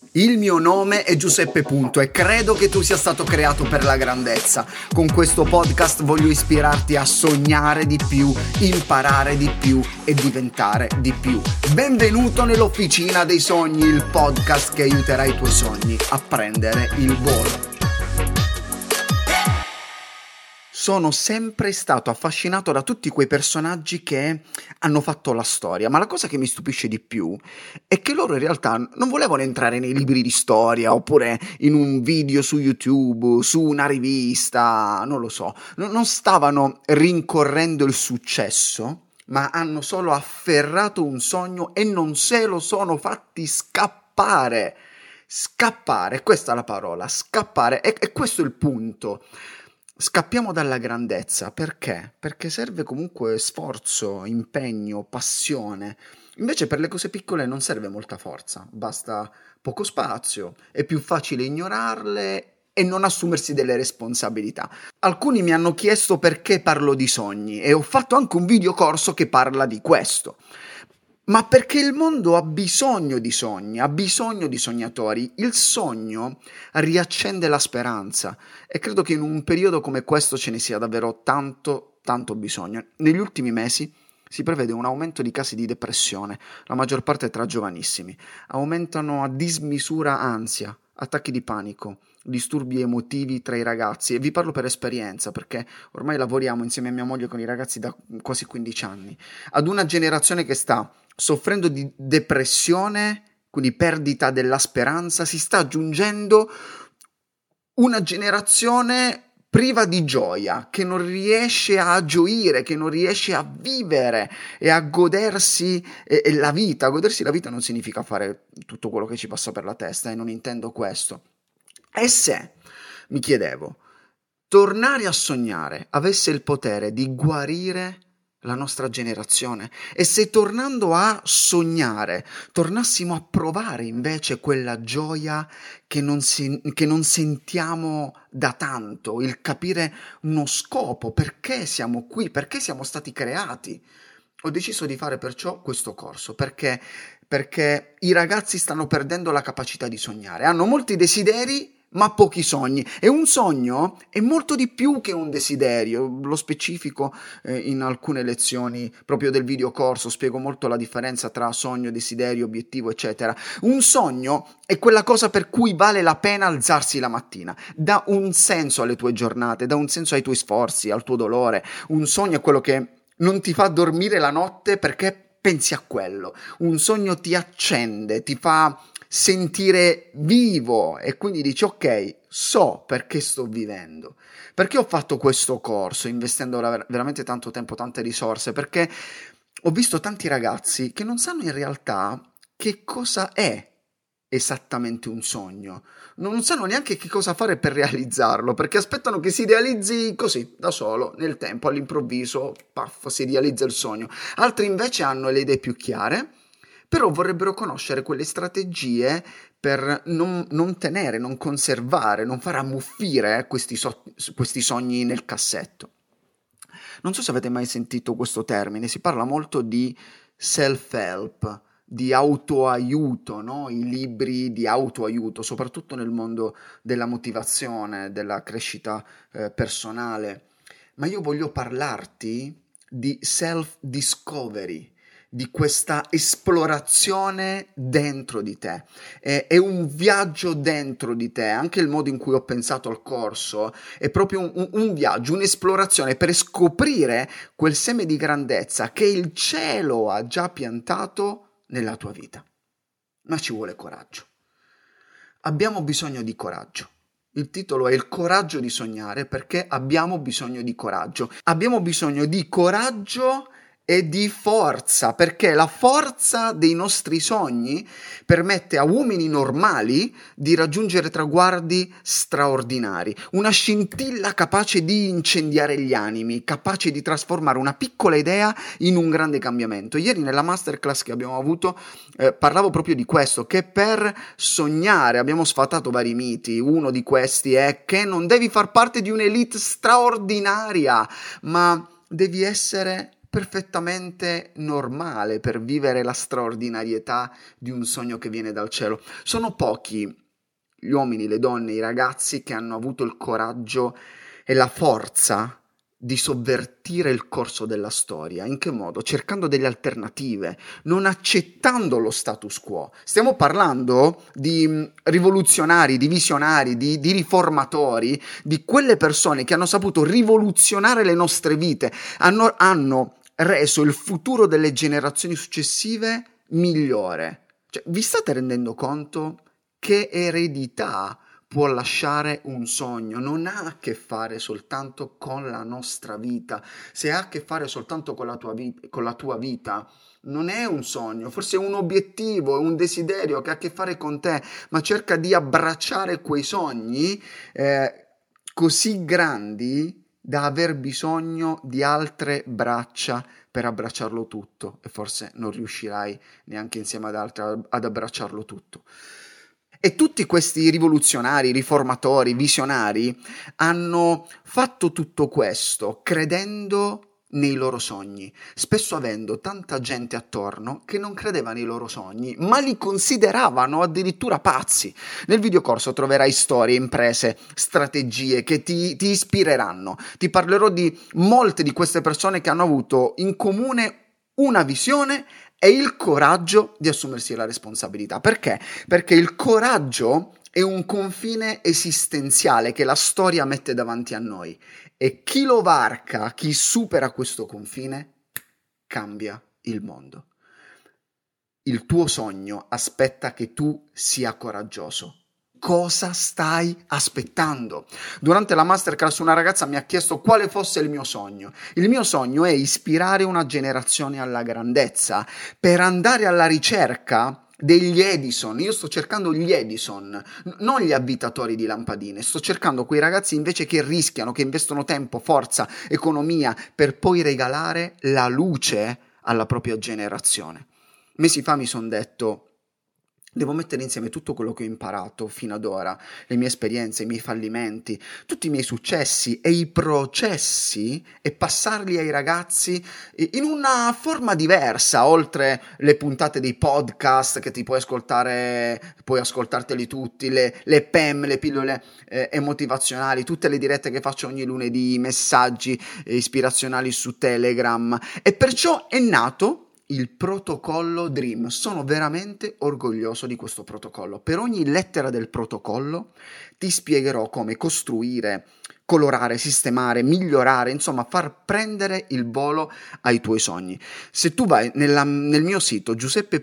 Il mio nome è Giuseppe Punto e credo che tu sia stato creato per la grandezza. Con questo podcast voglio ispirarti a sognare di più, imparare di più e diventare di più. Benvenuto nell'Officina dei Sogni, il podcast che aiuterà i tuoi sogni a prendere il volo. Sono sempre stato affascinato da tutti quei personaggi che hanno fatto la storia, ma la cosa che mi stupisce di più è che loro in realtà non volevano entrare nei libri di storia oppure in un video su YouTube, su una rivista, non lo so, non stavano rincorrendo il successo, ma hanno solo afferrato un sogno e non se lo sono fatti scappare. Scappare, questa è la parola, scappare, e questo è il punto. Scappiamo dalla grandezza, perché? Perché serve comunque sforzo, impegno, passione. Invece per le cose piccole non serve molta forza, basta poco spazio, è più facile ignorarle e non assumersi delle responsabilità. Alcuni mi hanno chiesto perché parlo di sogni e ho fatto anche un videocorso che parla di questo. Ma perché il mondo ha bisogno di sogni, ha bisogno di sognatori. Il sogno riaccende la speranza e credo che in un periodo come questo ce ne sia davvero tanto bisogno. Negli ultimi mesi si prevede un aumento di casi di depressione, la maggior parte tra giovanissimi. Aumentano a dismisura ansia, attacchi di panico, disturbi emotivi tra i ragazzi, e vi parlo per esperienza perché ormai lavoriamo insieme a mia moglie con i ragazzi da quasi 15 anni. Ad una generazione che sta soffrendo di depressione, quindi perdita della speranza, si sta aggiungendo una generazione priva di gioia, che non riesce a gioire, che non riesce a vivere e a godersi la vita. Godersi la vita non significa fare tutto quello che ci passa per la testa, e non intendo questo. E se, mi chiedevo, tornare a sognare avesse il potere di guarire la nostra generazione, e se tornando a sognare tornassimo a provare invece quella gioia che non sentiamo da tanto, il capire uno scopo, perché siamo qui, perché siamo stati creati. Ho deciso di fare perciò questo corso, perché i ragazzi stanno perdendo la capacità di sognare, hanno molti desideri ma pochi sogni, e un sogno è molto di più che un desiderio. Lo specifico in alcune lezioni proprio del videocorso, spiego molto la differenza tra sogno, desiderio, obiettivo, eccetera. Un sogno è quella cosa per cui vale la pena alzarsi la mattina, dà un senso alle tue giornate, dà un senso ai tuoi sforzi, al tuo dolore. Un sogno è quello che non ti fa dormire la notte perché pensi a quello. Un sogno ti accende, ti fa sentire vivo, e quindi dici ok, so perché sto vivendo, perché ho fatto questo corso investendo veramente tanto tempo, tante risorse, perché ho visto tanti ragazzi che non sanno in realtà che cosa è esattamente un sogno, non sanno neanche che cosa fare per realizzarlo, perché aspettano che si realizzi così, da solo, nel tempo, all'improvviso, paff, si realizza il sogno. Altri invece hanno le idee più chiare, però vorrebbero conoscere quelle strategie per non tenere, non conservare, non far ammuffire questi sogni nel cassetto. Non so se avete mai sentito questo termine, si parla molto di self-help, di autoaiuto, no? I libri di autoaiuto, soprattutto nel mondo della motivazione, della crescita personale. Ma io voglio parlarti di self-discovery, di questa esplorazione dentro di te. È un viaggio dentro di te. Anche il modo in cui ho pensato al corso è proprio un viaggio, un'esplorazione per scoprire quel seme di grandezza che il cielo ha già piantato nella tua vita. Ma ci vuole coraggio. Abbiamo bisogno di coraggio. Il titolo è Il coraggio di sognare, perché abbiamo bisogno di coraggio. Abbiamo bisogno di coraggio e di forza, perché la forza dei nostri sogni permette a uomini normali di raggiungere traguardi straordinari, una scintilla capace di incendiare gli animi, capace di trasformare una piccola idea in un grande cambiamento. Ieri nella masterclass che abbiamo avuto parlavo proprio di questo, che per sognare abbiamo sfatato vari miti. Uno di questi è che non devi far parte di un'elite straordinaria, ma devi essere perfettamente normale per vivere la straordinarietà di un sogno che viene dal cielo. Sono pochi gli uomini, le donne, i ragazzi che hanno avuto il coraggio e la forza di sovvertire il corso della storia. In che modo? Cercando delle alternative, non accettando lo status quo. Stiamo parlando di rivoluzionari, di visionari, di riformatori, di quelle persone che hanno saputo rivoluzionare le nostre vite, hanno reso il futuro delle generazioni successive migliore. Cioè, vi state rendendo conto che eredità può lasciare un sogno? Non ha a che fare soltanto con la nostra vita. Se ha a che fare soltanto con la tua vita, non è un sogno, forse è un obiettivo, è un desiderio che ha a che fare con te, ma cerca di abbracciare quei sogni così grandi da aver bisogno di altre braccia per abbracciarlo tutto, e forse non riuscirai neanche insieme ad altri ad abbracciarlo tutto. E tutti questi rivoluzionari, riformatori, visionari hanno fatto tutto questo credendo nei loro sogni, spesso avendo tanta gente attorno che non credeva nei loro sogni, ma li consideravano addirittura pazzi. Nel videocorso troverai storie, imprese, strategie che ti ispireranno. Ti parlerò di molte di queste persone che hanno avuto in comune una visione e il coraggio di assumersi la responsabilità. Perché? Perché il coraggio è un confine esistenziale che la storia mette davanti a noi, e chi lo varca, chi supera questo confine, cambia il mondo. Il tuo sogno aspetta che tu sia coraggioso. Cosa stai aspettando? Durante la masterclass una ragazza mi ha chiesto quale fosse il mio sogno. Il mio sogno è ispirare una generazione alla grandezza per andare alla ricerca degli Edison. Io sto cercando gli Edison, non gli avvitatori di lampadine. Sto cercando quei ragazzi invece che rischiano, che investono tempo, forza, economia per poi regalare la luce alla propria generazione. Mesi fa mi sono detto: devo mettere insieme tutto quello che ho imparato fino ad ora, le mie esperienze, i miei fallimenti, tutti i miei successi e i processi, e passarli ai ragazzi in una forma diversa, oltre le puntate dei podcast che ti puoi ascoltare, puoi ascoltarteli tutti, le PEM, le pillole motivazionali, tutte le dirette che faccio ogni lunedì, i messaggi ispirazionali su Telegram, e perciò è nato il protocollo Dream. Sono veramente orgoglioso di questo protocollo. Per ogni lettera del protocollo ti spiegherò come costruire, colorare, sistemare, migliorare, insomma far prendere il volo ai tuoi sogni. Se tu vai nel mio sito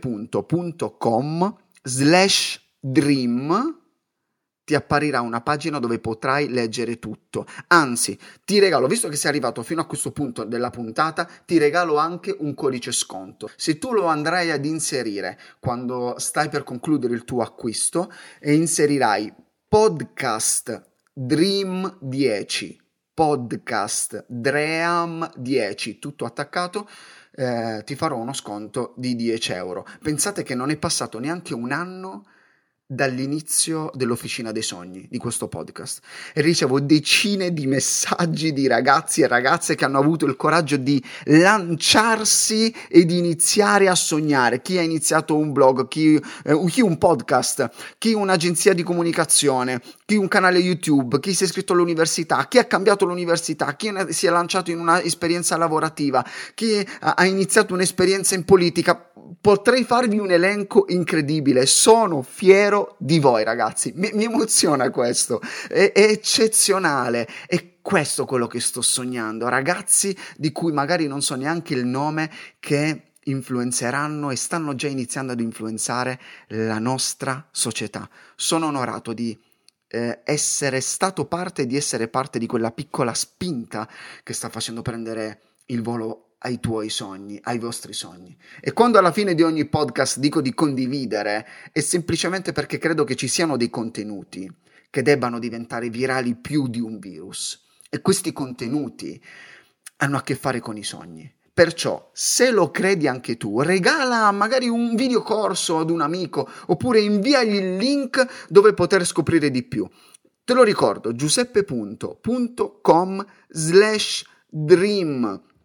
giuseppe.com/dream, ti apparirà una pagina dove potrai leggere tutto. Anzi, ti regalo, visto che sei arrivato fino a questo punto della puntata, ti regalo anche un codice sconto. Se tu lo andrai ad inserire quando stai per concludere il tuo acquisto, e inserirai podcast Dream 10, podcast Dream 10, tutto attaccato, ti farò uno sconto di 10 euro. Pensate che non è passato neanche un anno dall'inizio dell'Officina dei Sogni di questo podcast, e ricevo decine di messaggi di ragazzi e ragazze che hanno avuto il coraggio di lanciarsi e di iniziare a sognare. Chi ha iniziato un blog, chi un podcast, chi un'agenzia di comunicazione, chi un canale YouTube, chi si è iscritto all'università, chi ha cambiato l'università, chi si è lanciato in una esperienza lavorativa, chi ha iniziato un'esperienza in politica. Potrei farvi un elenco incredibile. Sono fiero di voi, ragazzi. Mi emoziona questo. È eccezionale. È questo quello che sto sognando. Ragazzi di cui magari non so neanche il nome, che influenzeranno e stanno già iniziando ad influenzare la nostra società. Sono onorato di essere stato parte, di essere parte di quella piccola spinta che sta facendo prendere il volo ai tuoi sogni, ai vostri sogni. E quando alla fine di ogni podcast dico di condividere, è semplicemente perché credo che ci siano dei contenuti che debbano diventare virali più di un virus, e questi contenuti hanno a che fare con i sogni. Perciò, se lo credi anche tu, regala magari un videocorso ad un amico, oppure inviagli il link dove poter scoprire di più. Te lo ricordo, giuseppe.com/dream.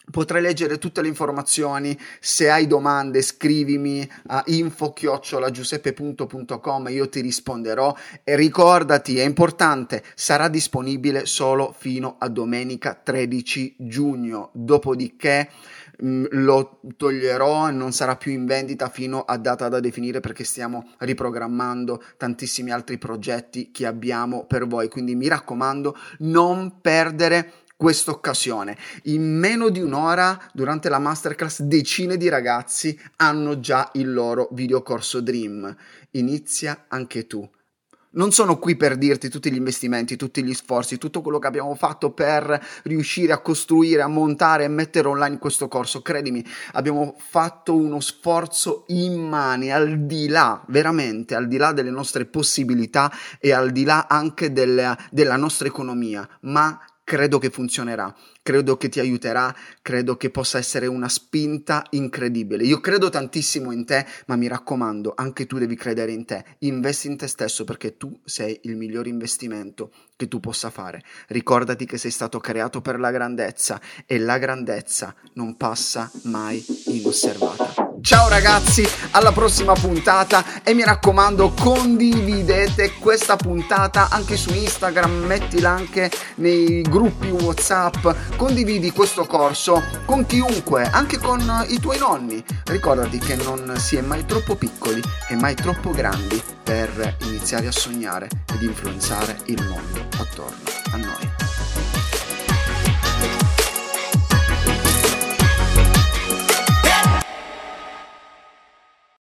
Potrai leggere tutte le informazioni. Se hai domande scrivimi a info@giuseppe.com, io ti risponderò. E ricordati, è importante, sarà disponibile solo fino a domenica 13 giugno, dopodiché lo toglierò e non sarà più in vendita fino a data da definire, perché stiamo riprogrammando tantissimi altri progetti che abbiamo per voi, quindi mi raccomando, non perdere questa occasione. In meno di un'ora, durante la masterclass, decine di ragazzi hanno già il loro videocorso Dream. Inizia anche tu. Non sono qui per dirti tutti gli investimenti, tutti gli sforzi, tutto quello che abbiamo fatto per riuscire a costruire, a montare e mettere online questo corso. Credimi, abbiamo fatto uno sforzo immane, al di là, veramente, al di là delle nostre possibilità e al di là anche della nostra economia, ma credo che funzionerà, credo che ti aiuterà, credo che possa essere una spinta incredibile. Io credo tantissimo in te, ma mi raccomando, anche tu devi credere in te. Investi in te stesso, perché tu sei il miglior investimento che tu possa fare. Ricordati che sei stato creato per la grandezza e la grandezza non passa mai inosservata. Ciao ragazzi, alla prossima puntata e mi raccomando, condividete questa puntata anche su Instagram, mettila anche nei gruppi WhatsApp, condividi questo corso con chiunque, anche con i tuoi nonni. Ricordati che non si è mai troppo piccoli e mai troppo grandi per iniziare a sognare ed influenzare il mondo attorno a noi.